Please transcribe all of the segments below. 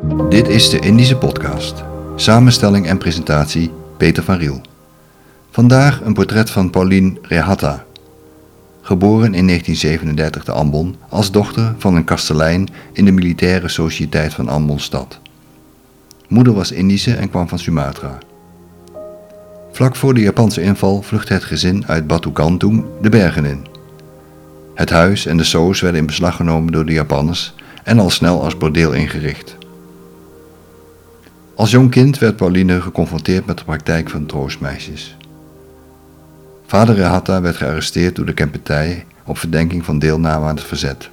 Dit is de Indische Podcast. Samenstelling en presentatie Peter van Riel. Vandaag een portret van Pauline Rehatta. Geboren in 1937 te Ambon als dochter van een kastelein in de militaire sociëteit van Ambon-stad. Moeder was Indische en kwam van Sumatra. Vlak voor de Japanse inval vluchtte het gezin uit Batu Gantung de bergen in. Het huis en de soos werden in beslag genomen door de Japanners en al snel als bordeel ingericht. Als jong kind werd Pauline geconfronteerd met de praktijk van troostmeisjes. Vader Rehatta werd gearresteerd door de Kempetij op verdenking van deelname aan het verzet.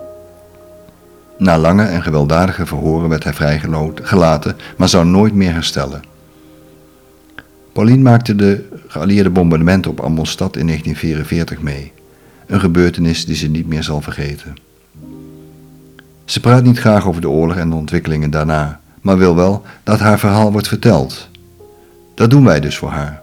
Na lange en gewelddadige verhoren werd hij vrijgelaten, maar zou nooit meer herstellen. Pauline maakte de geallieerde bombardementen op Ambon-stad in 1944 mee, een gebeurtenis die ze niet meer zal vergeten. Ze praat niet graag over de oorlog en de ontwikkelingen daarna, maar wil wel dat haar verhaal wordt verteld. Dat doen wij dus voor haar.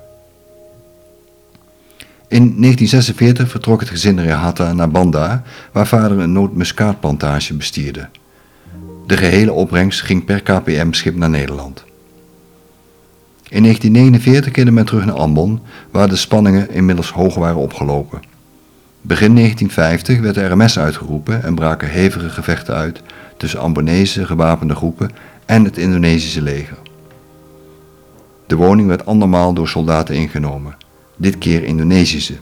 In 1946 vertrok het gezin Rehatta naar Banda, waar vader een nootmuskaatplantage bestierde. De gehele opbrengst ging per KPM-schip naar Nederland. In 1949 keerde men terug naar Ambon, waar de spanningen inmiddels hoog waren opgelopen. Begin 1950 werd de RMS uitgeroepen en braken hevige gevechten uit tussen Ambonese gewapende groepen en het Indonesische leger. De woning werd andermaal door soldaten ingenomen, dit keer Indonesische.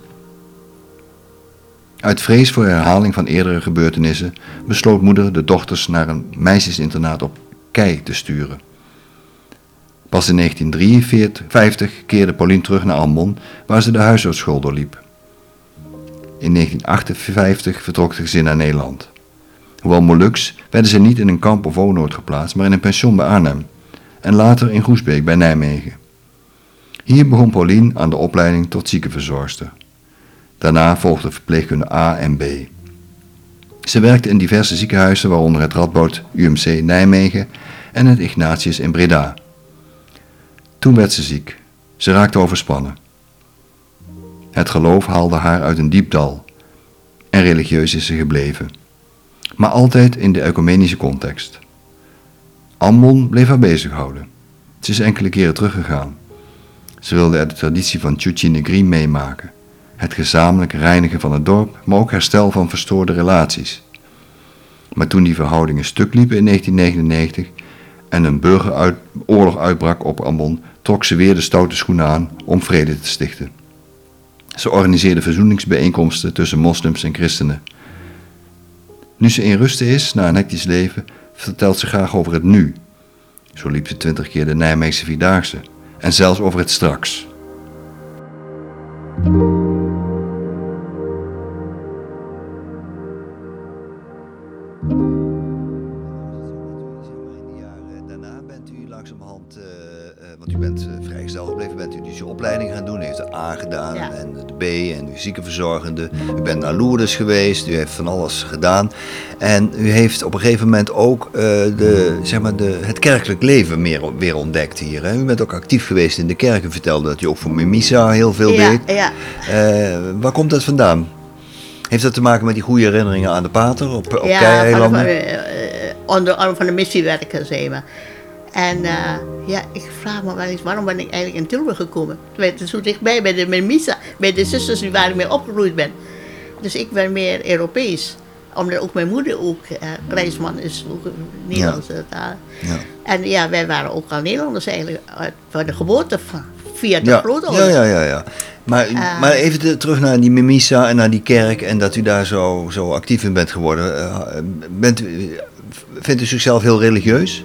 Uit vrees voor herhaling van eerdere gebeurtenissen besloot moeder de dochters naar een meisjesinternaat op Kei te sturen. Pas in 1953 keerde Pauline terug naar Ambon, waar ze de huishoudschool doorliep. In 1958 vertrok het gezin naar Nederland. Hoewel Moluks werden ze niet in een kamp of woonoord geplaatst, maar in een pension bij Arnhem en later in Groesbeek bij Nijmegen. Hier begon Pauline aan de opleiding tot ziekenverzorgster. Daarna volgde verpleegkunde A en B. Ze werkte in diverse ziekenhuizen, waaronder het Radboud UMC Nijmegen en het Ignatius in Breda. Toen werd ze ziek. Ze raakte overspannen. Het geloof haalde haar uit een diep dal. En religieus is ze gebleven. Maar altijd in de ecumenische context. Ambon bleef haar bezighouden. Ze is enkele keren teruggegaan. Ze wilde de traditie van Chuchi Negri meemaken. Het gezamenlijk reinigen van het dorp, maar ook herstel van verstoorde relaties. Maar toen die verhoudingen stuk liepen in 1999 en een burgeroorlog uitbrak op Ambon, trok ze weer de stoute schoenen aan om vrede te stichten. Ze organiseerde verzoeningsbijeenkomsten tussen moslims en christenen. Nu ze in rusten is, na een hectisch leven, vertelt ze graag over het nu. Zo liep ze 20 keer de Nijmeegse Vierdaagse en zelfs over het straks. Daarna bent u langzamerhand, want u bent vrijgesteld gebleven, bent u dus je opleiding gaan doen. U heeft de A gedaan en de B en u ziekenverzorgende. U bent naar Lourdes geweest, u heeft van alles gedaan. En u heeft op een gegeven moment ook het kerkelijk leven weer ontdekt hier. Hè? U bent ook actief geweest in de kerk. U vertelde dat u ook voor Memisa heel veel deed. Ja. Waar komt dat vandaan? Heeft dat te maken met die goede herinneringen aan de pater op Kei-eilanden? Onder andere van de missiewerken, zeg maar. En ik vraag me wel eens, waarom ben ik eigenlijk in Tilburg gekomen? Het is zo dichtbij bij de Memisa, bij de zusters waar ik mee opgegroeid ben. Dus ik ben meer Europees. Omdat ook mijn moeder Krijsman is ook Nederlandse taal. Ja. En wij waren ook al Nederlanders eigenlijk, van de geboorte via de grootouders. Ja. Maar even terug naar die Memisa en naar die kerk en dat u daar zo actief in bent geworden. Vindt u zichzelf heel religieus?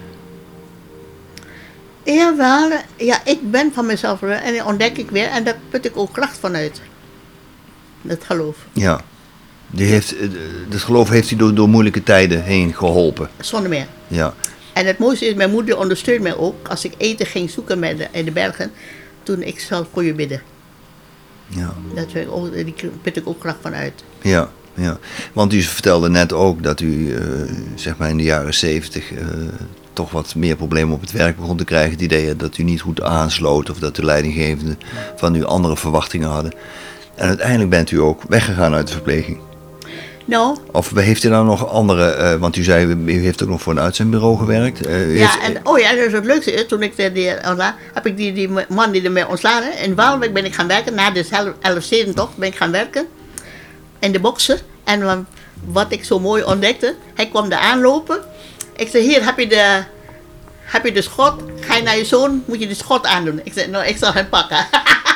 Jawel, ik ben van mezelf en dat ontdek ik weer en daar put ik ook kracht van uit. Het geloof. Ja, het geloof heeft u door moeilijke tijden heen geholpen. Zonder meer. Ja. En het mooiste is, mijn moeder ondersteunt mij ook als ik eten ging zoeken in de bergen, toen ik zelf voor je bidden. Ja. Die put ik ook kracht van uit. Ja. Want u vertelde net ook dat u in de jaren 70 toch wat meer problemen op het werk begon te krijgen. Het idee dat u niet goed aansloot of dat de leidinggevenden van u andere verwachtingen hadden. En uiteindelijk bent u ook weggegaan uit de verpleging. Nou, Of heeft u dan nog andere, want u zei, u heeft ook nog voor een uitzendbureau gewerkt. ja, en dat is het leukste is, toen ik heb ik die man die ermee ontslagen. In Waalwijk ben ik gaan werken, na de 11 toch ben ik gaan werken. In de boksen. En wat ik zo mooi ontdekte, hij kwam er aanlopen. Ik zei, hier heb je de schot, ga je naar je zoon, moet je de schot aandoen. Ik zei, nou, ik zal hem pakken.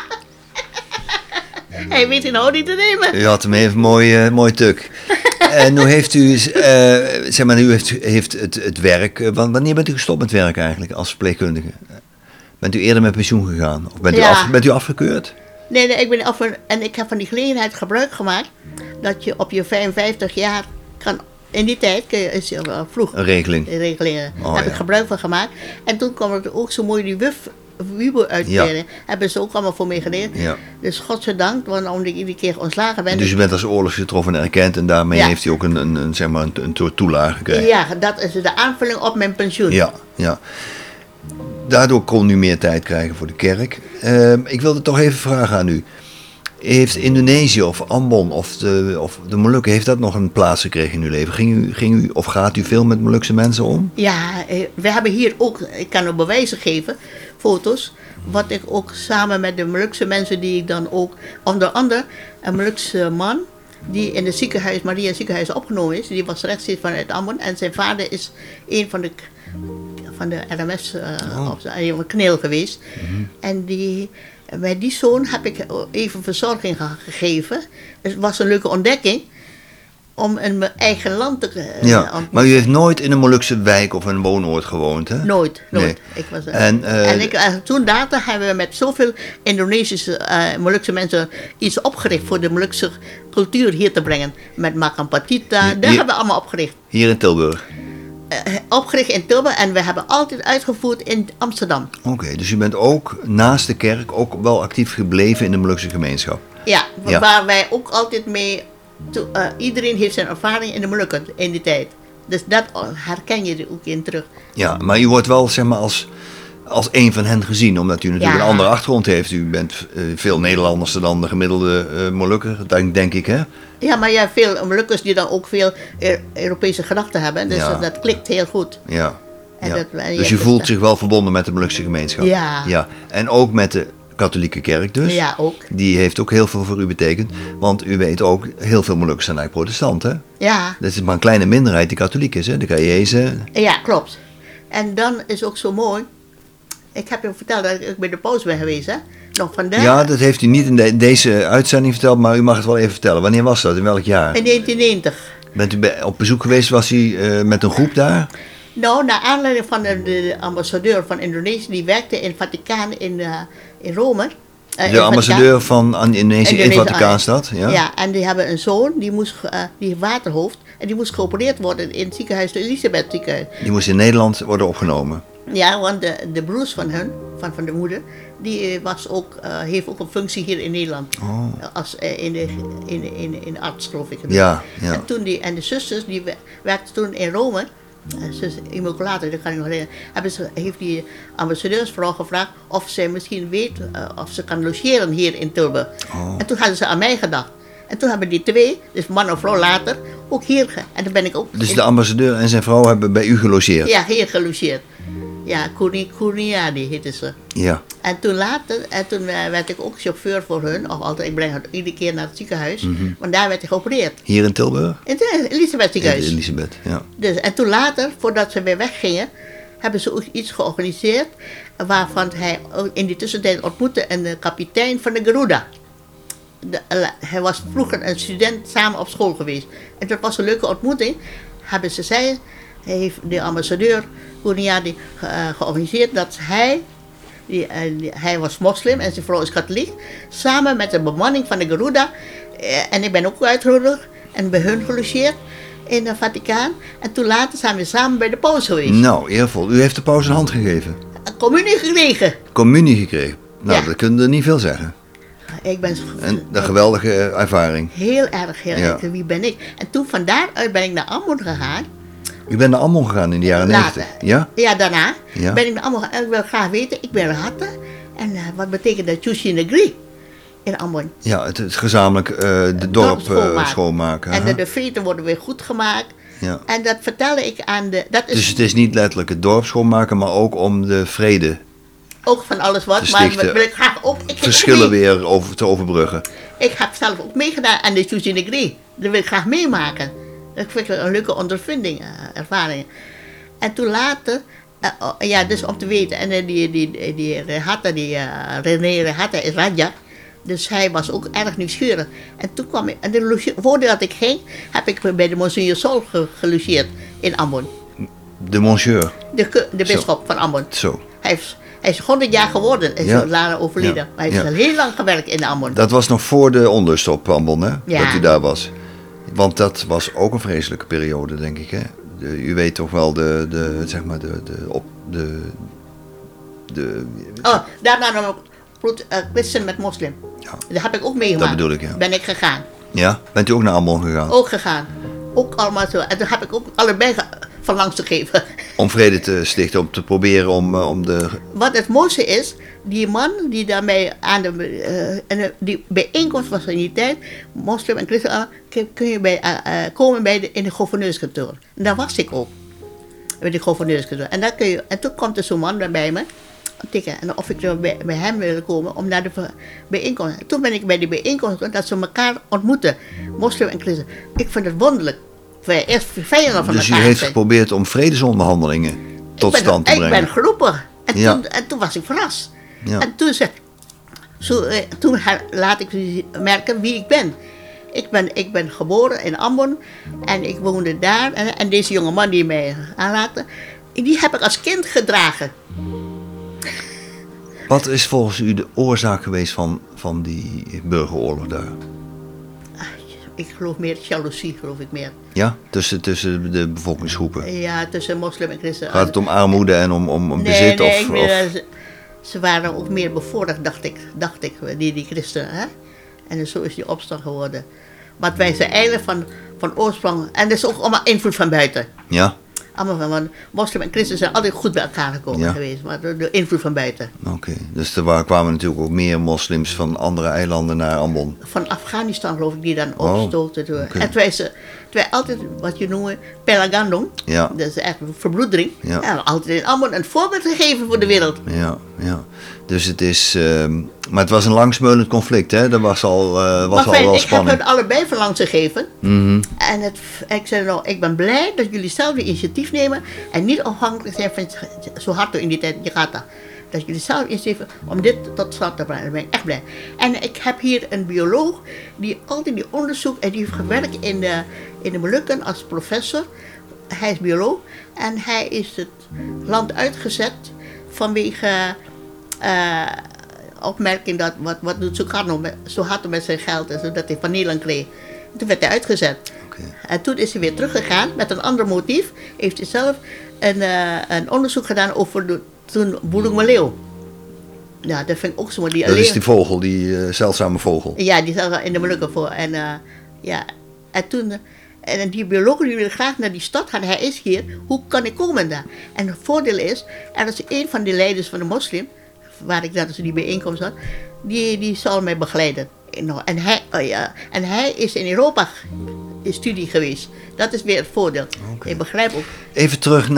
Hij weet hij nou niet te nemen. U had hem even mooi tuk. En nu heeft u, zeg maar, u heeft het werk, wanneer bent u gestopt met werk eigenlijk als verpleegkundige? Bent u eerder met pensioen gegaan? Of bent u afgekeurd? Nee, ik ben en ik heb van die gelegenheid gebruik gemaakt dat je op je 55 jaar kan, in die tijd is vroeg. Een regeling. Daar heb ik gebruik van gemaakt. En toen kwam het ook zo mooi die WUBO-uitkering. Hebben ze ook allemaal voor mij geleerd. Ja. Dus godzijdank, want omdat ik iedere keer ontslagen ben. Dus u bent als oorlogsgetroffen erkend en daarmee heeft u ook een toelage gekregen. Ja, dat is de aanvulling op mijn pensioen. Ja. Daardoor kon u meer tijd krijgen voor de kerk. Ik wilde toch even vragen aan u. Heeft Indonesië of Ambon of de Molukken, heeft dat nog een plaats gekregen in uw leven? Ging u of gaat u veel met Molukse mensen om? Ja, we hebben hier ook, ik kan ook bewijzen geven, foto's. Wat ik ook samen met de Molukse mensen die ik dan ook, onder andere een Molukse man die in het Maria ziekenhuis opgenomen is. Die was rechtstreeks vanuit Ambon en zijn vader is een van de RMS op zijn kneel geweest. Mm-hmm. En bij die zoon heb ik even verzorging gegeven. Het was een leuke ontdekking om in mijn eigen land te maar u heeft nooit in een Molukse wijk of een woonoord gewoond, hè? Nooit. Nee. Ik was, toen later hebben we met zoveel Indonesische, Molukse mensen iets opgericht voor de Molukse cultuur hier te brengen. Met Makam Patita, daar hebben we allemaal opgericht. Hier in Tilburg? Opgericht in Tilburg en we hebben altijd uitgevoerd in Amsterdam. Oké, dus u bent ook naast de kerk ook wel actief gebleven in de Molukse gemeenschap? Ja, waar wij ook altijd mee. Iedereen heeft zijn ervaring in de Molukken in die tijd. Dus dat herken je er ook in terug. Ja, maar u wordt wel zeg maar als een van hen gezien, omdat u natuurlijk een andere achtergrond heeft. U bent veel Nederlanders dan de gemiddelde Molukker, denk ik, hè? Ja, maar veel Molukkers die dan ook veel Europese gedachten hebben. Dus dat klikt heel goed. Ja. Dus u voelt zich wel verbonden met de Molukse gemeenschap? Ja. En ook met de katholieke kerk dus? Ja, ook. Die heeft ook heel veel voor u betekend. Want u weet ook, heel veel Molukkers zijn eigenlijk protestanten. Ja. Dat is maar een kleine minderheid die katholiek is, hè? De Caillezen. Ja, klopt. En dan is ook zo mooi. Ik heb je verteld dat ik bij de paus ben geweest, hè? Nog vandaag. Ja, dat heeft u niet in deze uitzending verteld, maar u mag het wel even vertellen. Wanneer was dat? In welk jaar? In 1990. Bent u op bezoek geweest? Was u met een groep daar? Nou, naar aanleiding van de ambassadeur van Indonesië, die werkte in het Vaticaan in Rome. De ambassadeur van Indonesië in Vaticaanstad? Ja, en die hebben een zoon, die waterhoofd, en die moest geopereerd worden in het ziekenhuis, de Elisabeth ziekenhuis. Die moest in Nederland worden opgenomen? Ja, want de broers van hun, van de moeder, die heeft ook een functie hier in Nederland. Oh. Als in arts, geloof ik. Ja. En de zusters, die werkten toen in Rome. Zus Immaculata, dat kan ik nog herinneren, heeft die ambassadeursvrouw gevraagd of zij misschien weet of ze kan logeren hier in Tilburg. Oh. En toen hadden ze aan mij gedacht. En toen hebben die twee, dus man en vrouw later, ook hier. En dan ben ik ook. Dus de ambassadeur en zijn vrouw hebben bij u gelogeerd? Ja, hier gelogeerd. Ja, Kurniadi heette ze. Ja. En toen werd ik ook chauffeur voor hun. Of altijd, ik breng het iedere keer naar het ziekenhuis. Mm-hmm. Want daar werd ik geopereerd. Hier in Tilburg? In het Elisabeth ziekenhuis. In Elisabeth, ja. Dus, en toen later, voordat ze weer weggingen, hebben ze ook iets georganiseerd. Waarvan hij in die tussentijd ontmoette een kapitein van de Garuda. Hij was vroeger een student samen op school geweest. En dat was een leuke ontmoeting. Heeft de ambassadeur Kurniadi georganiseerd dat hij was moslim en zijn vrouw is katholiek, samen met de bemanning van de Garuda, en ik ben ook uitgenodigd en bij hun gelogeerd in het Vaticaan. En toen later zijn we samen bij de paus geweest. Nou, eervol. U heeft de paus een hand gegeven? Een communie gekregen. Communie gekregen? Nou, dat kunnen er niet veel zeggen. Ik ben een geweldige ervaring. Heel erg. Wie ben ik? En toen van daaruit ben ik naar Ambon gegaan. U bent naar Ambon gegaan in de jaren 90? Ja? Ja, daarna ben ik naar Ambon gegaan. Ik wil graag weten, ik ben Rahatta. En wat betekent dat Chushi Negri? in Ambon. Ja, het gezamenlijk de dorp schoonmaken. En de veten worden weer goed gemaakt. Ja. En dat vertelde ik aan de... Dus het is niet letterlijk het dorp schoonmaken, maar ook om de vrede ook van alles wat, maar wil ik graag ook... verschillen weer te overbruggen. Ik heb zelf ook meegedaan aan de Cuisine Gris. Dat wil ik graag meemaken. Dat vind ik een leuke ondervinding, ervaring. En toen later, dus om te weten, en die Rehatta, René Rehatta is Radja. Dus hij was ook erg nieuwsgierig. En toen kwam ik, en voordat ik ging, heb ik bij de Monseigneur Sol gelogeerd in Ambon. De monsieur? De bisschop van Ambon. Zo. Hij is 100 jaar geworden en zo later overleden. Ja. Maar hij heeft al heel lang gewerkt in Ambon. Dat was nog voor de onlust op Ambon, hè? Ja. Dat u daar was. Want dat was ook een vreselijke periode, denk ik, hè? U weet toch wel daarna nog kwisten met moslim. Ja. Dat heb ik ook meegemaakt. Dat bedoel ik, ja. Ben ik gegaan. Ja? Bent u ook naar Ambon gegaan? Ook gegaan. Ook allemaal zo. En toen heb ik ook allebei van langs gegeven. Om vrede te stichten, om te proberen om de... Wat het mooiste is, die man die daarmee aan die bijeenkomst was in die tijd, moslim en christen, kun je komen in de gouverneurskantoor. En daar was ik ook. Bij de gouverneurskantoor. En toen komt er zo'n man bij me. Tikken, en of ik bij hem wilde komen om naar de bijeenkomst. Toen ben ik bij die bijeenkomst dat ze elkaar ontmoeten, moslim en christen. Ik vind het wonderlijk. Wij eerst vijanden van dus elkaar. Dus u heeft geprobeerd om vredesonderhandelingen tot stand te brengen? Ik ben geroepen. En toen was ik verrast. Ja. En toen laat ik merken wie ik ben. Ik ben geboren in Ambon en ik woonde daar. En deze jonge man die mij aanraakte, die heb ik als kind gedragen. Wat is volgens u de oorzaak geweest van die burgeroorlog daar? Ik geloof meer jaloezie, geloof ik meer. Ja, tussen de bevolkingsgroepen? Ja, tussen moslim en christen. Gaat het om armoede en om bezit? Ze waren ook meer bevoorrecht, dacht ik die christen. Hè? En zo is die opstand geworden. Maar wij zijn eigenlijk van oorsprong, en dat is ook allemaal invloed van buiten. Ja? Allemaal van moslim en christen zijn altijd goed bij elkaar gekomen geweest, maar de invloed van buiten. Oké, dus er kwamen natuurlijk ook meer moslims van andere eilanden naar Ambon. Van Afghanistan geloof ik, die dan opstoten. Okay. En terwijl altijd, wat je noemt, pelagandong, dat is echt een verbroedering, altijd in Ambon een voorbeeld gegeven voor de wereld. Ja. Dus het is, maar het was een langsmeulend conflict, hè? Dat was al wel spanning. Ik heb het allebei van langs gegeven. Mm-hmm. En ik zei ik ben blij dat jullie zelf de initiatief nemen en niet afhankelijk zijn van zo hard in die tijd, Jakarta. Dat jullie zelf initiatief om dit tot stand te brengen. Daar ben ik echt blij. En ik heb hier een bioloog die altijd die onderzoek en die heeft gewerkt in de Molukken als professor. Hij is bioloog en hij is het land uitgezet vanwege opmerking dat wat doet Sukarno zo hard met zijn geld en zodat hij van Nederland kreeg. Toen werd hij uitgezet. Okay. En toen is hij weer teruggegaan met een ander motief. Heeft hij zelf een onderzoek gedaan over toen Burung-Maleo. Ja, dat vind ik ook zo mooi. Dat is die vogel, die zeldzame vogel. Ja, die zat in de Molukken voor. En toen... En die bioloog die wil graag naar die stad gaan. Hij is hier. Hoe kan ik komen daar? En het voordeel is, er is een van de leiders van de moslim, waar ik dat die bijeenkomst had, die zal mij begeleiden. En hij is in Europa in studie geweest. Dat is weer het voordeel. Okay. Ik begrijp ook. Even terug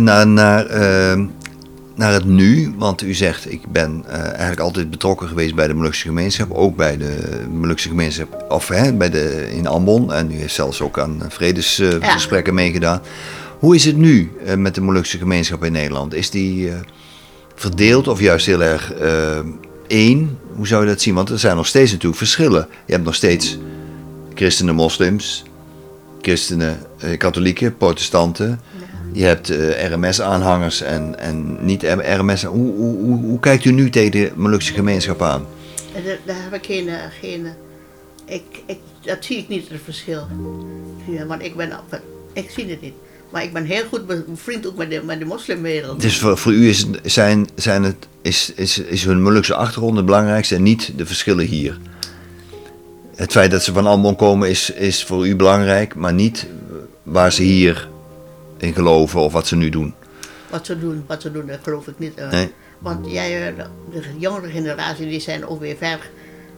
naar het nu, want u zegt, ik ben eigenlijk altijd betrokken geweest bij de Molukse gemeenschap, ook bij de Molukse gemeenschap, in Ambon, en u heeft zelfs ook aan vredesgesprekken meegedaan. Hoe is het nu met de Molukse gemeenschap in Nederland? Is die verdeeld of juist heel erg één? Hoe zou je dat zien? Want er zijn nog steeds natuurlijk verschillen. Je hebt nog steeds christenen, moslims, christenen, katholieken, protestanten. Je hebt RMS-aanhangers en niet-RMS. Hoe kijkt u nu tegen de Molukse gemeenschap aan? Daar heb ik geen dat zie ik niet, het verschil. Want ik zie het niet. Maar ik ben heel goed bevriend ook met de moslimwereld. Dus voor u is hun Molukse achtergrond het belangrijkste en niet de verschillen hier? Het feit dat ze van Ambon komen is voor u belangrijk, maar niet waar ze hier in geloven of wat ze nu doen? Wat ze doen, dat geloof ik niet. Nee. Want de jongere generatie die zijn ook weer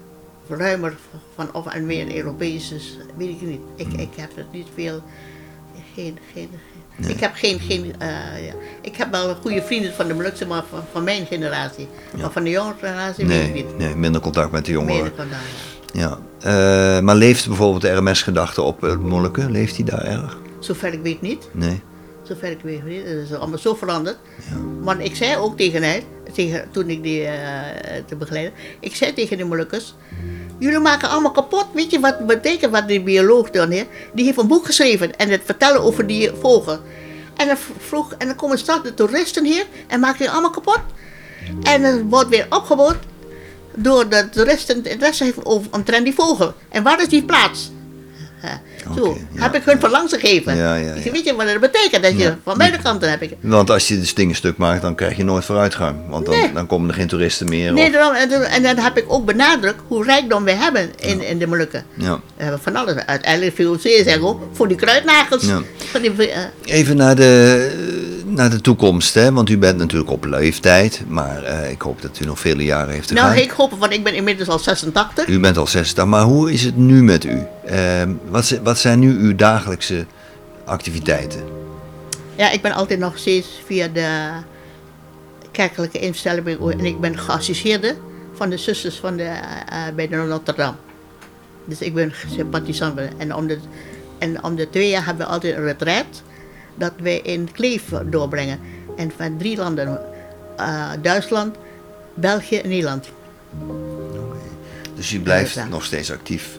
ruimer van of en meer Europees is, weet ik niet. Ik heb het niet veel, nee. Ik heb ik heb wel goede vrienden van de Molukse, maar van mijn generatie. Ja. Maar van de jongere generatie weet ik niet. Nee, minder contact met de jongeren. Minder contact, ja. Maar leeft bijvoorbeeld de RMS-gedachte op het Molukken? Leeft die daar erg? Zover ik weet niet. Nee. Zover ik weet niet. Het is allemaal zo veranderd. Ja. Maar ik zei ook tegen hij, toen ik die te begeleiden, ik zei tegen de Molukkers, jullie maken allemaal kapot. Weet je wat betekent wat die bioloog dan heeft? Die heeft een boek geschreven en het vertellen over die vogel. En dan komen straks de toeristen hier en maken die allemaal kapot. En het wordt weer opgebouwd door de toeristen het interesse heeft omtrent die vogel. En waar is die plaats? Zo, heb ik hun verlangs gegeven. Ja. Weet je wat dat betekent? Dat je van beide kanten heb ik. Want als je de ding een stuk maakt, dan krijg je nooit vooruitgang. Want dan komen er geen toeristen meer. Nee, en dan heb ik ook benadrukt hoe rijkdom we hebben in de Molukken. Ja. We hebben van alles. Uiteindelijk veel zeer zeggen ook voor die kruidnagels. Ja. Even naar de toekomst, hè? Want u bent natuurlijk op leeftijd, maar ik hoop dat u nog vele jaren heeft te gaan. Nou, ik hoop, want ik ben inmiddels al 86. U bent al 86, maar hoe is het nu met u? Wat zijn nu uw dagelijkse activiteiten? Ja, ik ben altijd nog steeds via de kerkelijke instelling en ik ben geassocieerde van de zusters bij de Notre-Dame. Dus ik ben sympathisant. En om de 2 jaar hebben we altijd een retreat dat wij in Kleef doorbrengen. En van 3 landen, Duitsland, België en Nederland. Dus u blijft nog steeds actief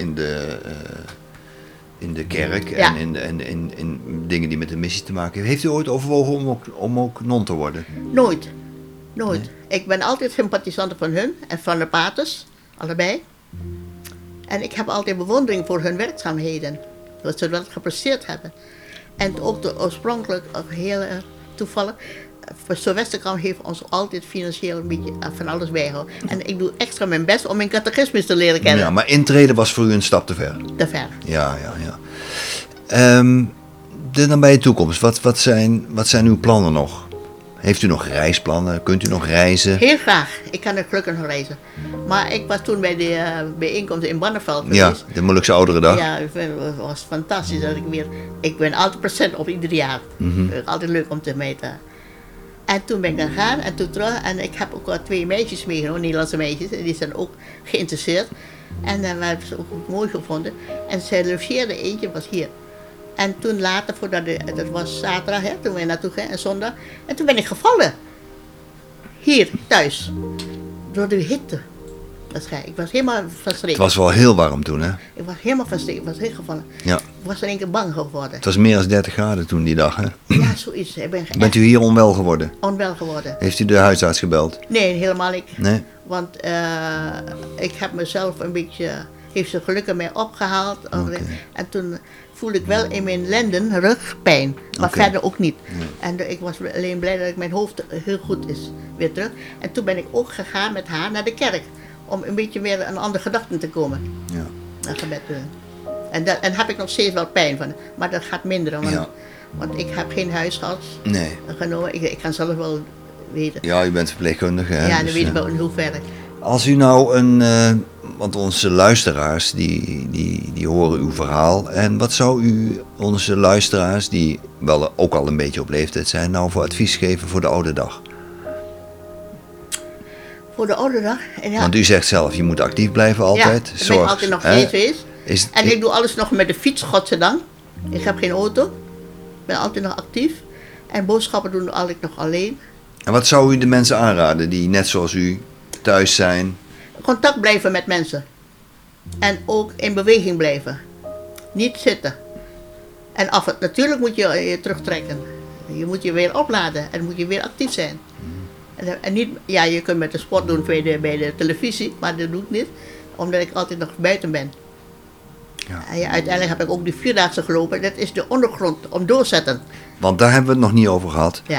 in de kerk en in dingen die met de missie te maken hebben. Heeft u ooit overwogen om ook non te worden? Nooit. Nee. Ik ben altijd sympathisant van hun en van de paters, allebei. En ik heb altijd bewondering voor hun werkzaamheden. Wat ze dat gepresteerd hebben. En ook oorspronkelijk, heel toevallig, Westerkamp heeft ons altijd financieel een beetje van alles bijgehouden. En ik doe extra mijn best om mijn catechismus te leren kennen. Ja, maar intreden was voor u een stap te ver? Te ver. Ja. Dan bij je toekomst. Wat zijn uw plannen nog? Heeft u nog reisplannen? Kunt u nog reizen? Heel graag. Ik kan er gelukkig nog reizen. Maar ik was toen bij de bijeenkomst in Barneveld geweest. Ja, de Molukse Ouderendag. Ja, het was fantastisch. Dat ik ben altijd present op ieder jaar. Altijd leuk om te meten. En toen ben ik gegaan en toen terug. En ik heb ook al 2 meisjes meegenomen, Nederlandse meisjes. En die zijn ook geïnteresseerd. En we hebben ze ook mooi gevonden. En zij logeerde, eentje was hier. En toen later, dat was zaterdag, hè, toen we naartoe gingen, en zondag. En toen ben ik gevallen. Hier, thuis. Door de hitte. Ik was helemaal verstreken. Het was wel heel warm toen, hè? Ik was helemaal verstreken, ik was heel gevallen. Ja. Ik was in één keer bang geworden. Het was meer dan 30 graden toen die dag, hè? Ja, zoiets. Bent u hier onwel geworden? Onwel geworden. Heeft u de huisarts gebeld? Nee, helemaal niet. Nee? Want ik heb mezelf een beetje, heeft ze gelukkig mij opgehaald. Okay. En toen voelde ik wel in mijn lenden rugpijn, maar verder ook niet. Nee. En ik was alleen blij dat mijn hoofd heel goed is, weer terug. En toen ben ik ook gegaan met haar naar de kerk, om een beetje weer een andere gedachten te komen. Ja. Een gebed doen. En daar heb ik nog steeds wel pijn van, maar dat gaat minderen. Want ik heb geen huisarts genomen, ik kan zelf wel weten. Ja, u bent verpleegkundige, hè? Ja, dan weet ik wel in hoeverre. Als u nou want onze luisteraars die horen uw verhaal. En wat zou u onze luisteraars, die wel ook al een beetje op leeftijd zijn, nou voor advies geven voor de oude dag? Voor de oude dag? Ja. Want u zegt zelf, je moet actief blijven altijd. Ja, ik ben altijd nog steeds geweest. En ik doe alles nog met de fiets, godzijdank. Ik heb geen auto. Ik ben altijd nog actief. En boodschappen doen altijd nog alleen. En wat zou u de mensen aanraden die net zoals u thuis zijn? Contact blijven met mensen. En ook in beweging blijven. Niet zitten. En natuurlijk moet je je terugtrekken. Je moet je weer opladen en moet je weer actief zijn. En niet, ja, je kunt met de sport doen bij de televisie, maar dat doe ik niet. Omdat ik altijd nog buiten ben. Ja. En uiteindelijk heb ik ook die 4-daagse gelopen. Dat is de ondergrond om doorzetten. Want daar hebben we het nog niet over gehad. Ja.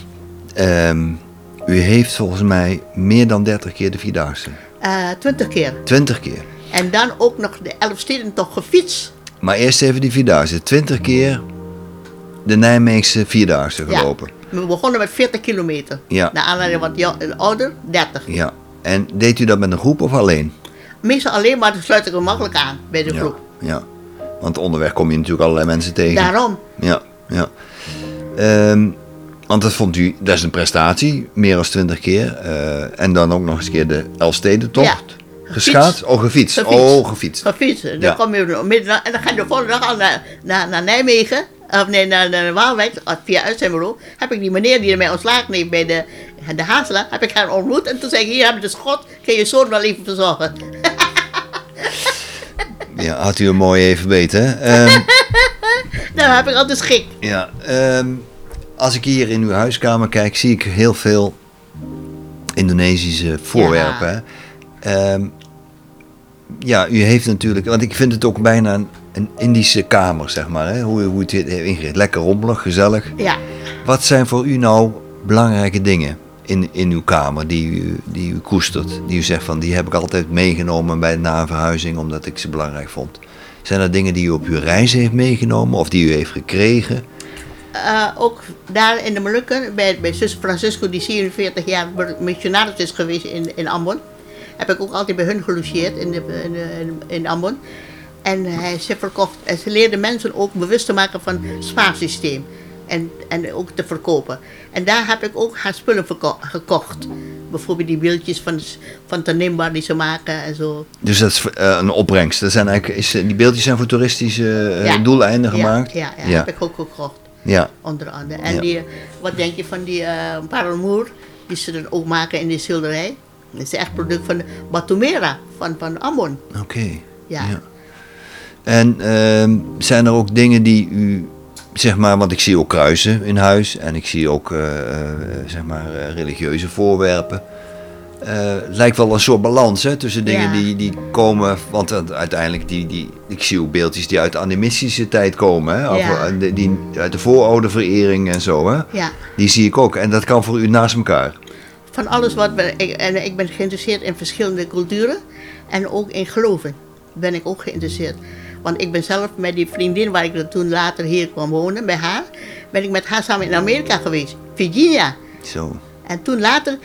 U heeft volgens mij meer dan 30 keer de 4-daagse. 20 keer. 20 keer. En dan ook nog de 11 steden toch gefietst. Maar eerst even die 4-daagse. 20 keer de Nijmeegse 4-daagse gelopen. Ja. We begonnen met 40 kilometer. Ja. Naar aanleiding wat ouder, 30. Ja. En deed u dat met een groep of alleen? Meestal alleen, maar dan sluit ik hem makkelijk aan bij de groep. Ja, want onderweg kom je natuurlijk allerlei mensen tegen. Daarom. Ja. Want dat is een prestatie, meer dan 20 keer. En dan ook nog eens een keer de Elfstedentocht. Geschaatst? Gefietst. Gefietst. Dan kom je middag en dan ga je de volgende dag al naar Nijmegen. Of nee, naar Waalwijk, via uitzendbureau. Heb ik die meneer die mij ontslagen heeft bij de Hazela, heb ik haar ontmoet. En toen zei ik, hier heb je de schot, kun je zoon wel even verzorgen. Ja, had u hem mooi even weten, hè? Nou, heb ik altijd schik. Ja, als ik hier in uw huiskamer kijk, zie ik heel veel Indonesische voorwerpen. Ja. U heeft natuurlijk, want ik vind het ook bijna een Indische kamer, zeg maar. Hè? Hoe het heeft ingericht. Lekker rommelig, gezellig. Ja. Wat zijn voor u nou belangrijke dingen in uw kamer die u koestert? Die u zegt van, die heb ik altijd meegenomen na een verhuizing, omdat ik ze belangrijk vond. Zijn er dingen die u op uw reis heeft meegenomen of die u heeft gekregen? Ook daar in de Molukken, bij zus Francisco, die 47 jaar missionaris is geweest in Ambon. Heb ik ook altijd bij hun gelogeerd in Ambon. En ze leerden mensen ook bewust te maken van het spaarsysteem. En ook te verkopen. En daar heb ik ook haar spullen gekocht. Bijvoorbeeld die beeldjes van Tanimbar die ze maken en zo. Dus dat is een opbrengst. Dat zijn die beeldjes zijn voor toeristische doeleinden gemaakt? Ja, heb ik ook gekocht. Ja. Onder andere. En wat denk je van die parelmoer die ze dan ook maken in die schilderij? Dat is echt product van Batumera, van Ambon. Oké. Ja. En zijn er ook dingen die u, zeg maar, want ik zie ook kruisen in huis en ik zie ook, zeg maar, religieuze voorwerpen. Het lijkt wel een soort balans, hè, tussen dingen die komen, want uiteindelijk ik zie ook beeldjes die uit de animistische tijd komen, hè, of die uit de voorouderverering en zo, hè. Ja. Die zie ik ook en dat kan voor u naast elkaar. Van alles ik ben geïnteresseerd in verschillende culturen en ook in geloven ben ik ook geïnteresseerd. Want ik ben zelf met die vriendin waar ik toen later hier kwam wonen, bij haar, ben ik met haar samen in Amerika geweest, Virginia. Zo. En toen later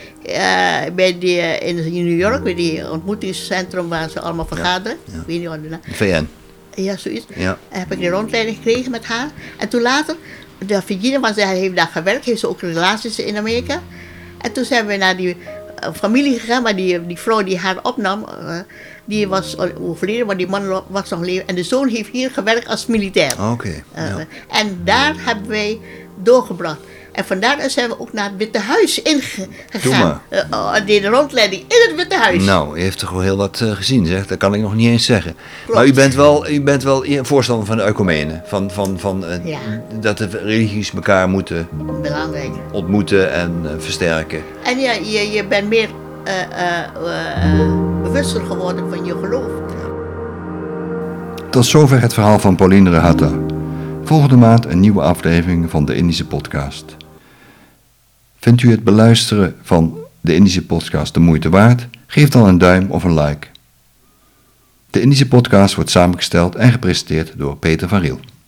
in New York, bij die ontmoetingscentrum waar ze allemaal vergaderen. Ja. Ik weet niet wat de naam. VN. Ja, zoiets. Ja. Heb ik de rondleiding gekregen met haar. En toen later, de Virginia, want zij heeft daar gewerkt, heeft ze ook relaties in Amerika. En toen zijn we naar die familie gegaan, maar die vrouw die haar opnam, die was overleden, maar die man was nog leven. En de zoon heeft hier gewerkt als militair. Oké. Ja. En daar hebben wij doorgebracht. En vandaar zijn we ook naar het Witte Huis ingegaan. De rondleiding in het Witte Huis. Nou, u heeft toch wel heel wat gezien, zeg. Dat kan ik nog niet eens zeggen. Klopt. Maar u bent wel voorstander van de ecumene. Dat de religies elkaar moeten ontmoeten en versterken. En je bent meer bewuster geworden van je geloof. Tot zover het verhaal van Pauline Rahatta. Volgende maand een nieuwe aflevering van de Indische Podcast. Vindt u het beluisteren van de Indische Podcast de moeite waard? Geef dan een duim of een like. De Indische Podcast wordt samengesteld en gepresenteerd door Peter van Riel.